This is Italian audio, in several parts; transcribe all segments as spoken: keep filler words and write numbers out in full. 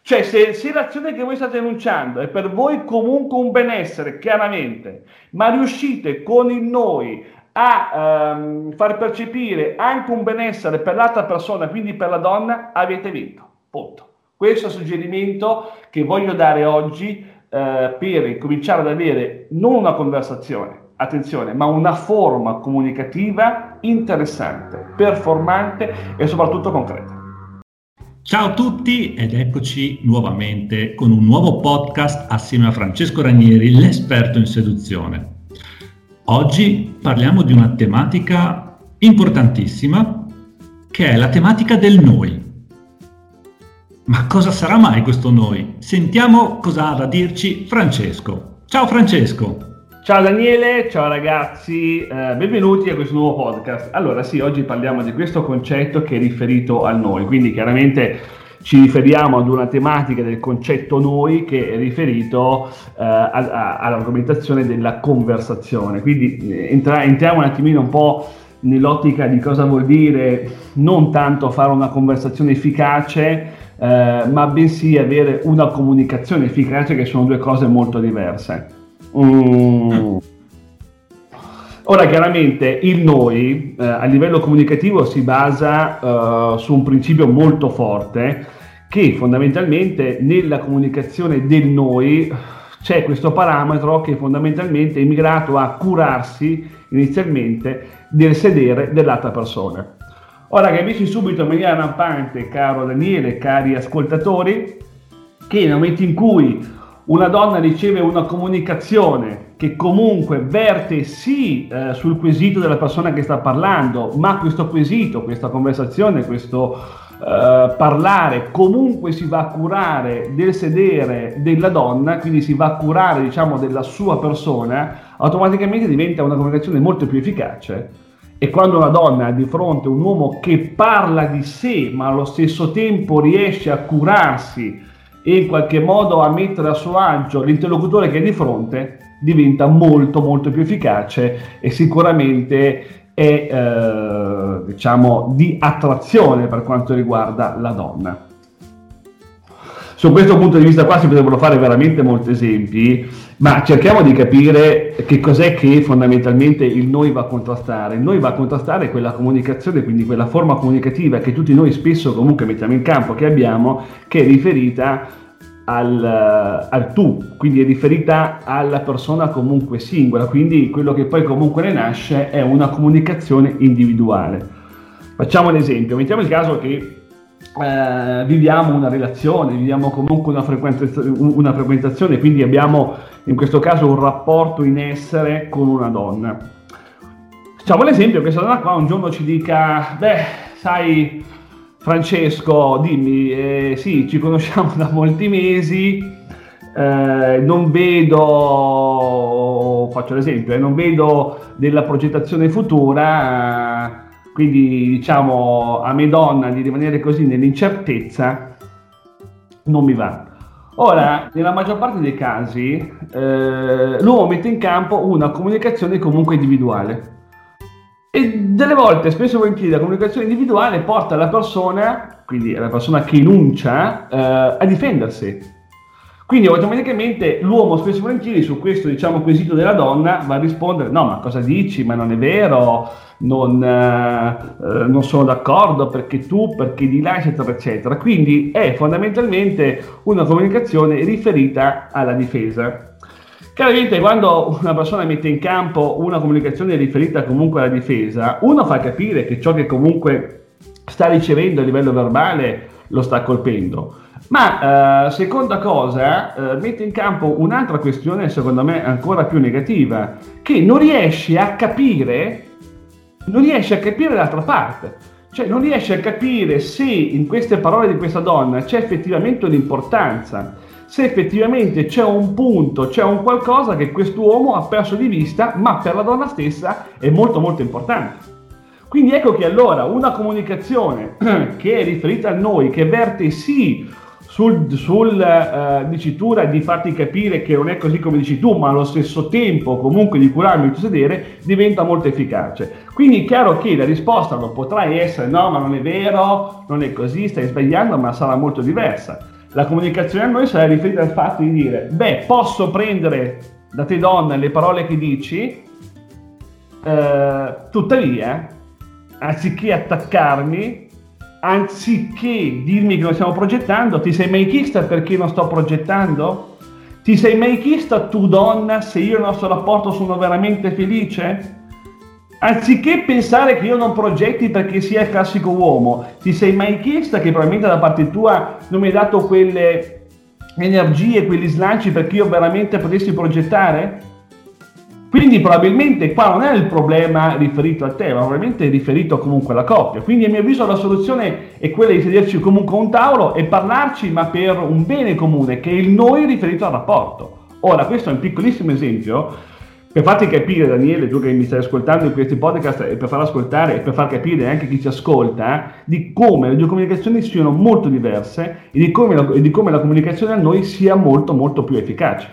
Cioè, se, se l'azione che voi state enunciando è per voi comunque un benessere, chiaramente, ma riuscite con il noi a ehm, far percepire anche un benessere per l'altra persona, quindi per la donna, avete vinto. Punto. Questo è il suggerimento che voglio dare oggi eh, per cominciare ad avere non una conversazione, attenzione, ma una forma comunicativa interessante, performante e soprattutto concreta. Ciao a tutti ed eccoci nuovamente con un nuovo podcast assieme a Francesco Ranieri, l'esperto in seduzione. Oggi parliamo di una tematica importantissima che è la tematica del noi. Ma cosa sarà mai questo noi? Sentiamo cosa ha da dirci Francesco. Ciao Francesco! Ciao Daniele, ciao ragazzi, eh, benvenuti a questo nuovo podcast. Allora sì, oggi parliamo di questo concetto che è riferito al noi, quindi chiaramente ci riferiamo ad una tematica del concetto noi che è riferito eh, a, a, all'argomentazione della conversazione. Quindi eh, entra, entriamo un attimino un po' nell'ottica di cosa vuol dire non tanto fare una conversazione efficace, eh, ma bensì avere una comunicazione efficace, che sono due cose molto diverse. Mm. Ora chiaramente il noi eh, a livello comunicativo si basa eh, su un principio molto forte, che fondamentalmente nella comunicazione del noi c'è questo parametro che fondamentalmente è mirato a curarsi inizialmente del sedere dell'altra persona. Ora capisci subito in maniera rampante, caro Daniele, cari ascoltatori, che nel momento in cui una donna riceve una comunicazione che comunque verte sì eh, sul quesito della persona che sta parlando, ma questo quesito, questa conversazione, questo eh, parlare comunque si va a curare del sedere della donna, quindi si va a curare, diciamo, della sua persona, automaticamente diventa una comunicazione molto più efficace. E quando una donna ha di fronte un uomo che parla di sé, ma allo stesso tempo riesce a curarsi e in qualche modo a mettere a suo agio l'interlocutore che è di fronte, diventa molto molto più efficace e sicuramente è eh, diciamo di attrazione per quanto riguarda la donna. Su questo punto di vista qua si potrebbero fare veramente molti esempi, ma cerchiamo di capire che cos'è che fondamentalmente il noi va a contrastare. Il noi va a contrastare quella comunicazione, quindi quella forma comunicativa che tutti noi spesso comunque mettiamo in campo, che abbiamo, che è riferita al, al tu, quindi è riferita alla persona comunque singola, quindi quello che poi comunque ne nasce è una comunicazione individuale. Facciamo un esempio, mettiamo il caso che Eh, viviamo una relazione, viviamo comunque una, frequentaz- una frequentazione, quindi abbiamo in questo caso un rapporto in essere con una donna. Facciamo l'esempio che questa donna qua un giorno ci dica: beh, sai Francesco, dimmi, eh, sì, ci conosciamo da molti mesi, eh, non vedo, faccio l'esempio, eh, non vedo della progettazione futura, eh, quindi diciamo a me donna di rimanere così nell'incertezza non mi va. Ora, nella maggior parte dei casi eh, l'uomo mette in campo una comunicazione comunque individuale e delle volte, spesso e volentieri, la comunicazione individuale porta la persona, quindi la persona che enuncia, eh, a difendersi. Quindi automaticamente l'uomo spesso e volentieri su questo, diciamo, quesito della donna va a rispondere: no, ma cosa dici, ma non è vero, non, eh, non sono d'accordo, perché tu, perché di là, eccetera eccetera. Quindi è fondamentalmente una comunicazione riferita alla difesa. Chiaramente quando una persona mette in campo una comunicazione riferita comunque alla difesa, uno fa capire che ciò che comunque sta ricevendo a livello verbale lo sta colpendo. Ma eh, seconda cosa, eh, mette in campo un'altra questione secondo me ancora più negativa, che non riesce a capire, non riesce a capire l'altra parte, cioè non riesce a capire se in queste parole di questa donna c'è effettivamente un'importanza, se effettivamente c'è un punto, c'è un qualcosa che quest'uomo ha perso di vista, ma per la donna stessa è molto molto importante. Quindi ecco che allora una comunicazione che è riferita a noi, che verte sì sul, sul uh, dicitura di farti capire che non è così come dici tu, ma allo stesso tempo comunque di curarmi il tuo sedere, diventa molto efficace. Quindi è chiaro che la risposta non potrà essere no, ma non è vero, non è così, stai sbagliando, ma sarà molto diversa. la comunicazione a noi sarà riferita al fatto di dire, beh, posso prendere da te donna le parole che dici, eh, tuttavia, anziché attaccarmi, anziché dirmi che non stiamo progettando, ti sei mai chista perché non sto progettando? Ti sei mai chista tu donna se io e il nostro rapporto sono veramente felice? Anziché pensare che io non progetti perché sia il classico uomo, ti sei mai chiesta che probabilmente da parte tua non mi hai dato quelle energie, quegli slanci perché io veramente potessi progettare? Quindi probabilmente qua non è il problema riferito a te, ma probabilmente è riferito comunque alla coppia. Quindi a mio avviso la soluzione è quella di sederci comunque a un tavolo e parlarci, ma per un bene comune, che è il noi riferito al rapporto. Ora, questo è un piccolissimo esempio per farti capire, Daniele, tu che mi stai ascoltando in questi podcast, e per far ascoltare e per far capire anche chi ci ascolta, di come le due comunicazioni siano molto diverse e di come la, e di come la comunicazione a noi sia molto molto più efficace.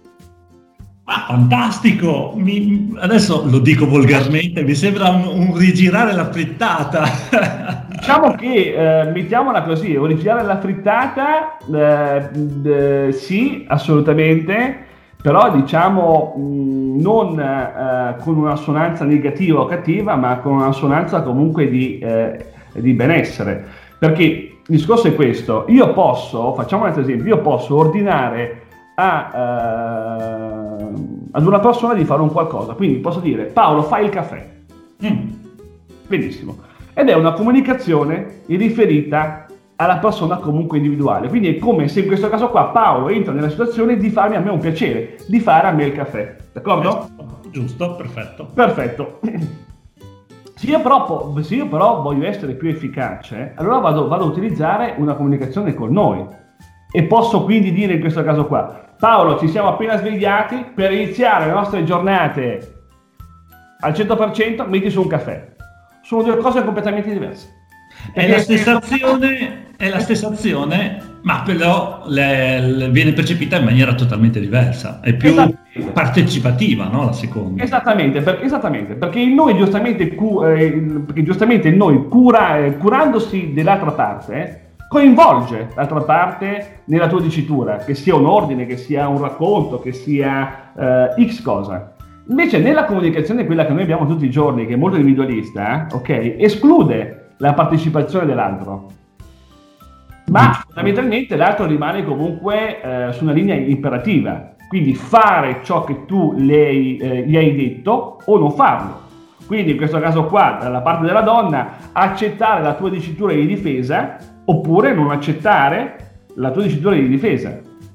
Ah, fantastico! Mi, adesso lo dico volgarmente, mi sembra un, un rigirare la frittata. Diciamo che, eh, mettiamola così, rigirare la frittata, eh, eh, sì, assolutamente, però diciamo mh, non eh, con una assonanza negativa o cattiva, ma con una assonanza comunque di, eh, di benessere. Perché il discorso è questo: io posso, facciamo un altro esempio, io posso ordinare a, eh, ad una persona di fare un qualcosa, quindi posso dire Paolo fai il caffè, mm. benissimo, ed è una comunicazione riferita alla persona comunque individuale, quindi è come se in questo caso qua Paolo entra nella situazione di farmi a me un piacere, di fare a me il caffè, d'accordo? Giusto, perfetto. Perfetto. Se io però, se io però voglio essere più efficace, allora vado, vado a utilizzare una comunicazione con noi e posso quindi dire in questo caso qua Paolo, ci siamo appena svegliati, per iniziare le nostre giornate al cento per cento metti su un caffè. Sono due cose completamente diverse. È la stessa azione, è la stessa azione, ma però le, le viene percepita in maniera totalmente diversa, è più partecipativa, no? La seconda. Esattamente, per, esattamente, perché noi giustamente, cu, eh, perché giustamente noi cura, eh, curandosi dell'altra parte, eh, coinvolge l'altra parte nella tua dicitura, che sia un ordine, che sia un racconto, che sia eh, X cosa. Invece nella comunicazione, quella che noi abbiamo tutti i giorni, che è molto individualista, eh, ok, esclude la partecipazione dell'altro, ma fondamentalmente l'altro rimane comunque eh, su una linea imperativa, quindi fare ciò che tu le, eh, gli hai detto o non farlo. Quindi in questo caso qua, dalla parte della donna, accettare la tua dicitura di difesa oppure non accettare la tua dicitura di difesa.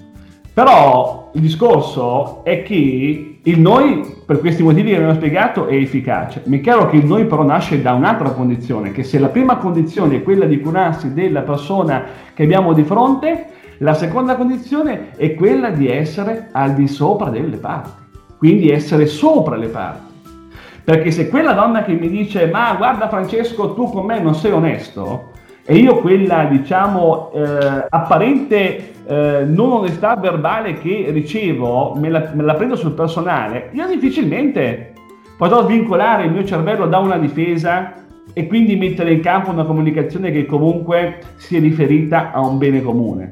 Però il discorso è che il noi, per questi motivi che abbiamo spiegato, è efficace. Mi è chiaro che il noi però nasce da un'altra condizione, che se la prima condizione è quella di curarsi della persona che abbiamo di fronte, la seconda condizione è quella di essere al di sopra delle parti, quindi essere sopra le parti. Perché se quella donna che mi dice ma guarda Francesco, tu con me non sei onesto, e io quella diciamo eh, apparente eh, non onestà verbale che ricevo me la, me la prendo sul personale, io difficilmente potrò svincolare il mio cervello da una difesa e quindi mettere in campo una comunicazione che comunque sia riferita a un bene comune.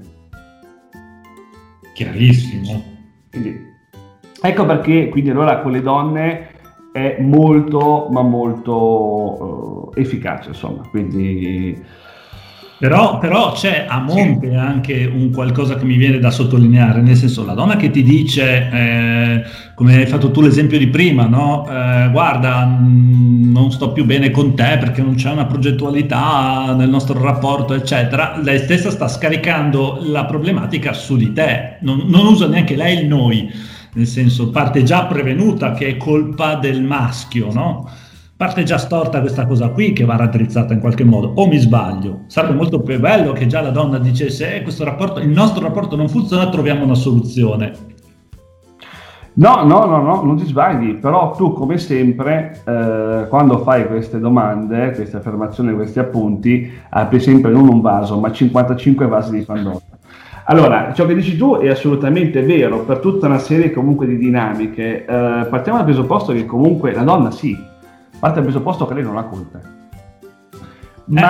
Chiarissimo. Quindi, ecco perché quindi allora con le donne è molto ma molto uh, efficace, insomma, quindi Però, però c'è a monte anche un qualcosa che mi viene da sottolineare, nel senso la donna che ti dice, eh, come hai fatto tu l'esempio di prima, no? Eh, guarda, mh, non sto più bene con te perché non c'è una progettualità nel nostro rapporto, eccetera, lei stessa sta scaricando la problematica su di te, non, non usa neanche lei il noi, nel senso parte già prevenuta che è colpa del maschio, no? Parte già storta questa cosa qui che va raddrizzata in qualche modo, o mi sbaglio? Sarebbe molto più bello che già la donna dicesse eh, questo rapporto, il nostro rapporto non funziona, troviamo una soluzione. No, no, no, no, non ti sbagli, però tu come sempre eh, quando fai queste domande, queste affermazioni, questi appunti, apri sempre non un vaso ma cinquantacinque vasi di Pandora. Allora, ciò che dici tu è assolutamente vero per tutta una serie comunque di dinamiche. Eh, partiamo dal presupposto che comunque la donna sì, parte dal presupposto che lei non ha colpa, ma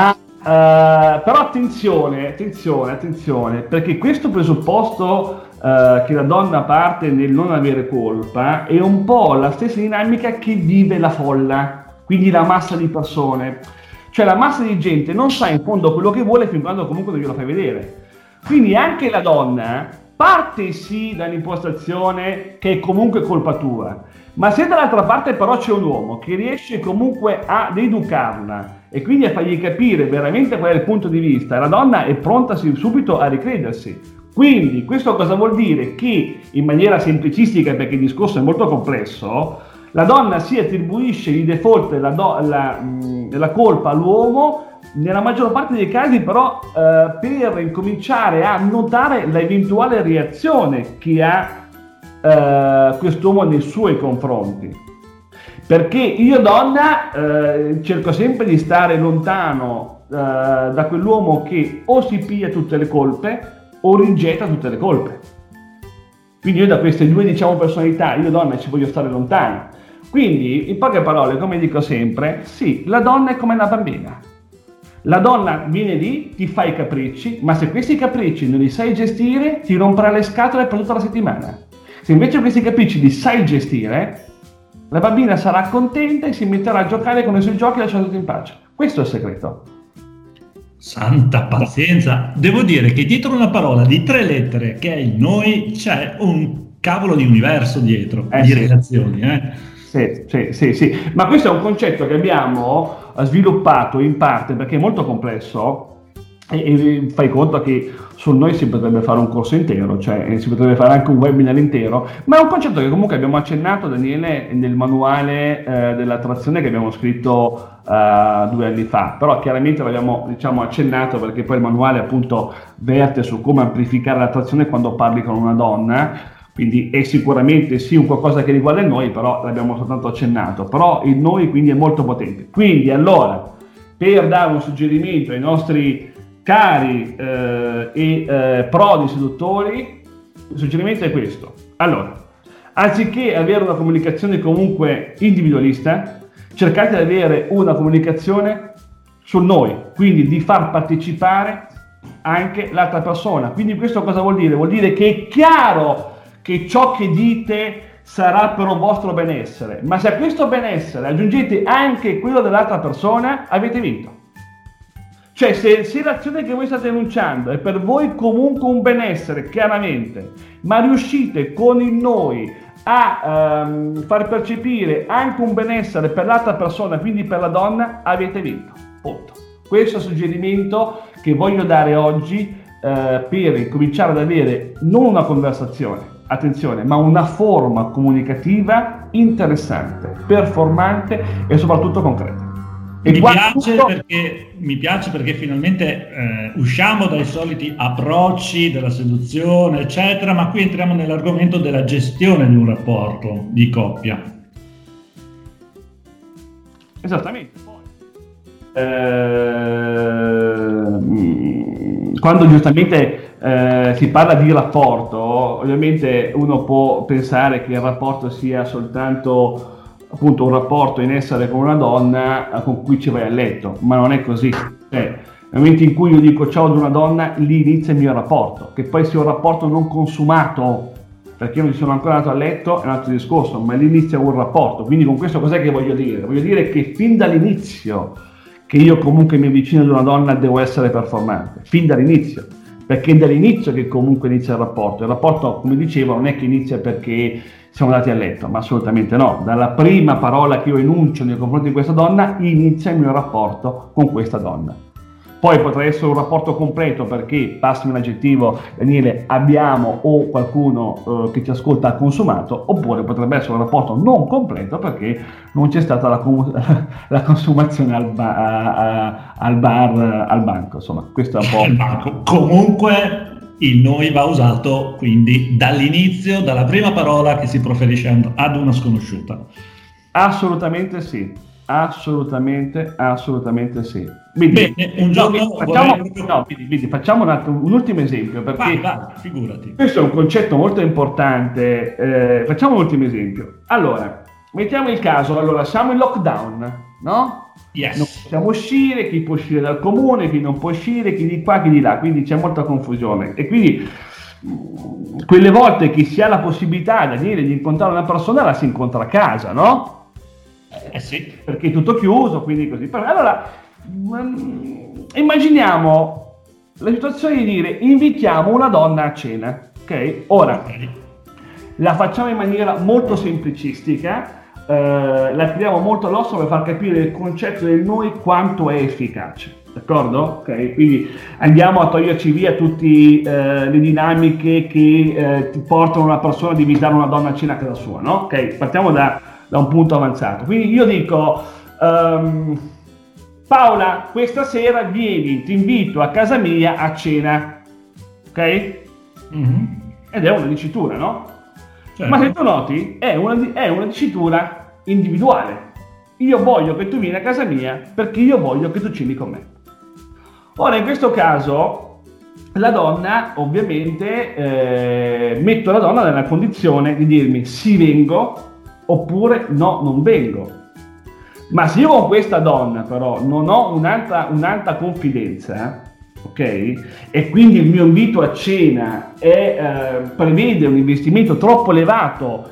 però attenzione, attenzione, attenzione, perché questo presupposto uh, che la donna parte nel non avere colpa è un po' la stessa dinamica che vive la folla, quindi la massa di persone. Cioè la massa di gente non sa in fondo quello che vuole fin quando comunque non glielo fai vedere. Quindi anche la donna parte sì dall'impostazione che è comunque colpa tua, ma se dall'altra parte però c'è un uomo che riesce comunque ad educarla e quindi a fargli capire veramente qual è il punto di vista, la donna è pronta subito a ricredersi. Quindi questo cosa vuol dire? Che in maniera semplicistica, perché il discorso è molto complesso, la donna si attribuisce di default la, do, la, mh, la colpa all'uomo, nella maggior parte dei casi però eh, per incominciare a notare l'eventuale reazione che ha eh, quest'uomo nei suoi confronti. Perché io donna eh, cerco sempre di stare lontano eh, da quell'uomo che o si piglia tutte le colpe o rigetta tutte le colpe. Quindi io da queste due, diciamo, personalità, io donna ci voglio stare lontano. Quindi, in poche parole, come dico sempre, sì, la donna è come una bambina. La donna viene lì, ti fa i capricci, ma se questi capricci non li sai gestire, ti romperà le scatole per tutta la settimana. Se invece questi capricci li sai gestire, la bambina sarà contenta e si metterà a giocare con i suoi giochi lasciandoti in pace. Questo è il segreto. Santa pazienza! Devo dire che dietro una parola di tre lettere che è il noi c'è un cavolo di universo dietro, eh, di sì. Relazioni, eh? Sì, sì, sì, sì, ma questo è un concetto che abbiamo sviluppato in parte perché è molto complesso e, e fai conto che su noi si potrebbe fare un corso intero, cioè si potrebbe fare anche un webinar intero, ma è un concetto che comunque abbiamo accennato, Daniele, nel manuale eh, dell'attrazione che abbiamo scritto eh, due anni fa, però chiaramente l'abbiamo, diciamo, accennato perché poi il manuale appunto verte su come amplificare l'attrazione quando parli con una donna. Quindi è sicuramente sì un qualcosa che riguarda il noi, però l'abbiamo soltanto accennato, però il noi quindi è molto potente. Quindi allora, per dare un suggerimento ai nostri cari eh, e eh, prodi seduttori, il suggerimento è questo. Allora, anziché avere una comunicazione comunque individualista, cercate di avere una comunicazione sul noi, quindi di far partecipare anche l'altra persona. Quindi questo cosa vuol dire? Vuol dire che è chiaro che ciò che dite sarà per un vostro benessere, ma se a questo benessere aggiungete anche quello dell'altra persona, avete vinto. Cioè se, se l'azione che voi state enunciando è per voi comunque un benessere, chiaramente, ma riuscite con il noi a um, far percepire anche un benessere per l'altra persona, quindi per la donna, avete vinto. Punto. Questo è il suggerimento che voglio dare oggi uh, per cominciare ad avere non una conversazione, attenzione, ma una forma comunicativa interessante, performante e soprattutto concreta. E mi, piace tutto... perché, mi piace perché finalmente eh, usciamo dai soliti approcci della seduzione, eccetera, ma qui entriamo nell'argomento della gestione di un rapporto di coppia. Esattamente. Eh, quando giustamente Eh, si parla di rapporto, ovviamente uno può pensare che il rapporto sia soltanto appunto un rapporto in essere con una donna con cui ci vai a letto, ma non è così. Cioè, nel momento in cui io dico ciao ad una donna, lì inizia il mio rapporto, che poi sia un rapporto non consumato, perché io non ci sono ancora andato a letto, è un altro discorso, ma lì inizia un rapporto. Quindi con questo cos'è che voglio dire? Voglio dire che fin dall'inizio che io comunque mi avvicino ad una donna devo essere performante, fin dall'inizio. Perché è dall'inizio che comunque inizia il rapporto. Il rapporto, come dicevo, non è che inizia perché siamo andati a letto, ma assolutamente no. Dalla prima parola che io enuncio nei confronti di questa donna, inizia il mio rapporto con questa donna. Poi potrà essere un rapporto completo perché, passami un aggettivo, Daniele, abbiamo o qualcuno eh, che ci ascolta ha consumato, oppure potrebbe essere un rapporto non completo perché non c'è stata la, com- la consumazione al, ba- a- a- al bar, al banco. Insomma, questo è un po'... Il banco. Comunque il noi va usato quindi dall'inizio, dalla prima parola che si proferisce ad una sconosciuta. Assolutamente sì. Assolutamente, assolutamente sì. Quindi, Bene, un giorno no, facciamo, vorrei... no, quindi, quindi, facciamo un, altro, un ultimo esempio perché vai, vai, figurati. Questo è un concetto molto importante. Eh, facciamo un ultimo esempio. Allora, mettiamo il caso, allora siamo in lockdown, no? Yes. Non possiamo uscire, chi può uscire dal comune, chi non può uscire, chi di qua, chi di là, quindi c'è molta confusione. E quindi quelle volte che si ha la possibilità, Daniele, di incontrare una persona, la si incontra a casa, no? Eh sì. Perché è tutto chiuso, quindi così. Allora, immaginiamo la situazione di dire invitiamo una donna a cena, ok? Ora, okay. La facciamo in maniera molto semplicistica, eh, la tiriamo molto all'osso per far capire il concetto del noi quanto è efficace. D'accordo? Ok, quindi andiamo a toglierci via tutte eh, le dinamiche che eh, ti portano una persona a invitare una donna a cena a casa sua, no? Ok, partiamo da, da un punto avanzato. Quindi io dico, um, Paola, questa sera vieni, ti invito a casa mia a cena, ok? Mm-hmm. Ed è una dicitura, no? Certo. Ma se tu noti, è una, è una dicitura individuale. Io voglio che tu vieni a casa mia perché io voglio che tu ceni con me. Ora, in questo caso, la donna, ovviamente, eh, metto la donna nella condizione di dirmi sì vengo oppure no, non vengo. Ma se io con questa donna, però, non ho un'alta, un'alta confidenza, ok? E quindi il mio invito a cena è, eh, prevede un investimento troppo elevato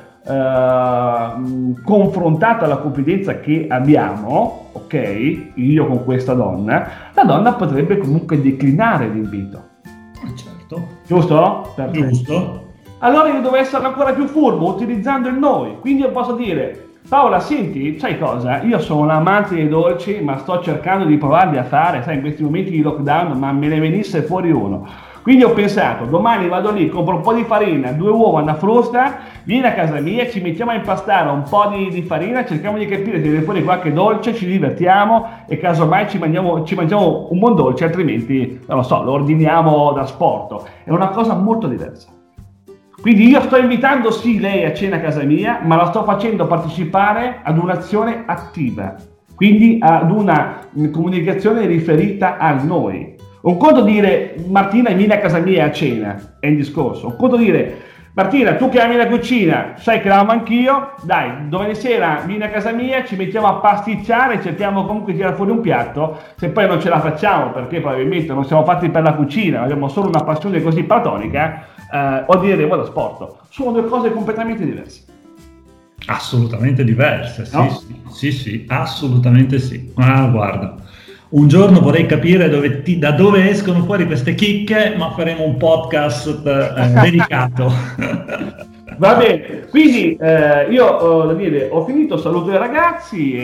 Uh, confrontata alla confidenza che abbiamo, ok, io con questa donna, la donna potrebbe comunque declinare l'invito. Certo. Giusto? Perfetto. Giusto. Allora io devo essere ancora più furbo utilizzando il noi, quindi io posso dire Paola, senti, sai cosa? Io sono un amante dei dolci, ma sto cercando di provarli a fare, sai, in questi momenti di lockdown, ma me ne venisse fuori uno. Quindi ho pensato, domani vado lì, compro un po' di farina, due uova, una frusta, vieni a casa mia, ci mettiamo a impastare un po' di, di farina, cerchiamo di capire se viene fuori qualche dolce, ci divertiamo e casomai ci mangiamo, ci mangiamo un buon dolce, altrimenti, non lo so, lo ordiniamo da sporto. È una cosa molto diversa. Quindi io sto invitando sì lei a cena a casa mia, ma la sto facendo partecipare ad un'azione attiva, quindi ad una comunicazione riferita a noi. Un conto dire Martina vieni a casa mia a cena, è un discorso. Un conto dire Martina tu che ami la cucina, sai che la amo anch'io, dai domani sera vieni a casa mia, ci mettiamo a pasticciare, cerchiamo comunque di tirare fuori un piatto, se poi non ce la facciamo perché probabilmente non siamo fatti per la cucina, abbiamo solo una passione così platonica, eh, o diremo da sport. Sono due cose completamente diverse. Assolutamente diverse, sì, no? sì, sì, sì, assolutamente sì. Ah, guarda. Un giorno vorrei capire dove ti, da dove escono fuori queste chicche, ma faremo un podcast eh, dedicato. Va bene, quindi eh, io Daniele ho finito, saluto i ragazzi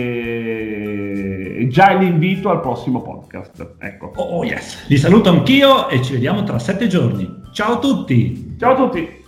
e già l'invito al prossimo podcast. Ecco. Oh, oh yes, li saluto anch'io e ci vediamo tra sette giorni. Ciao a tutti! Ciao a tutti!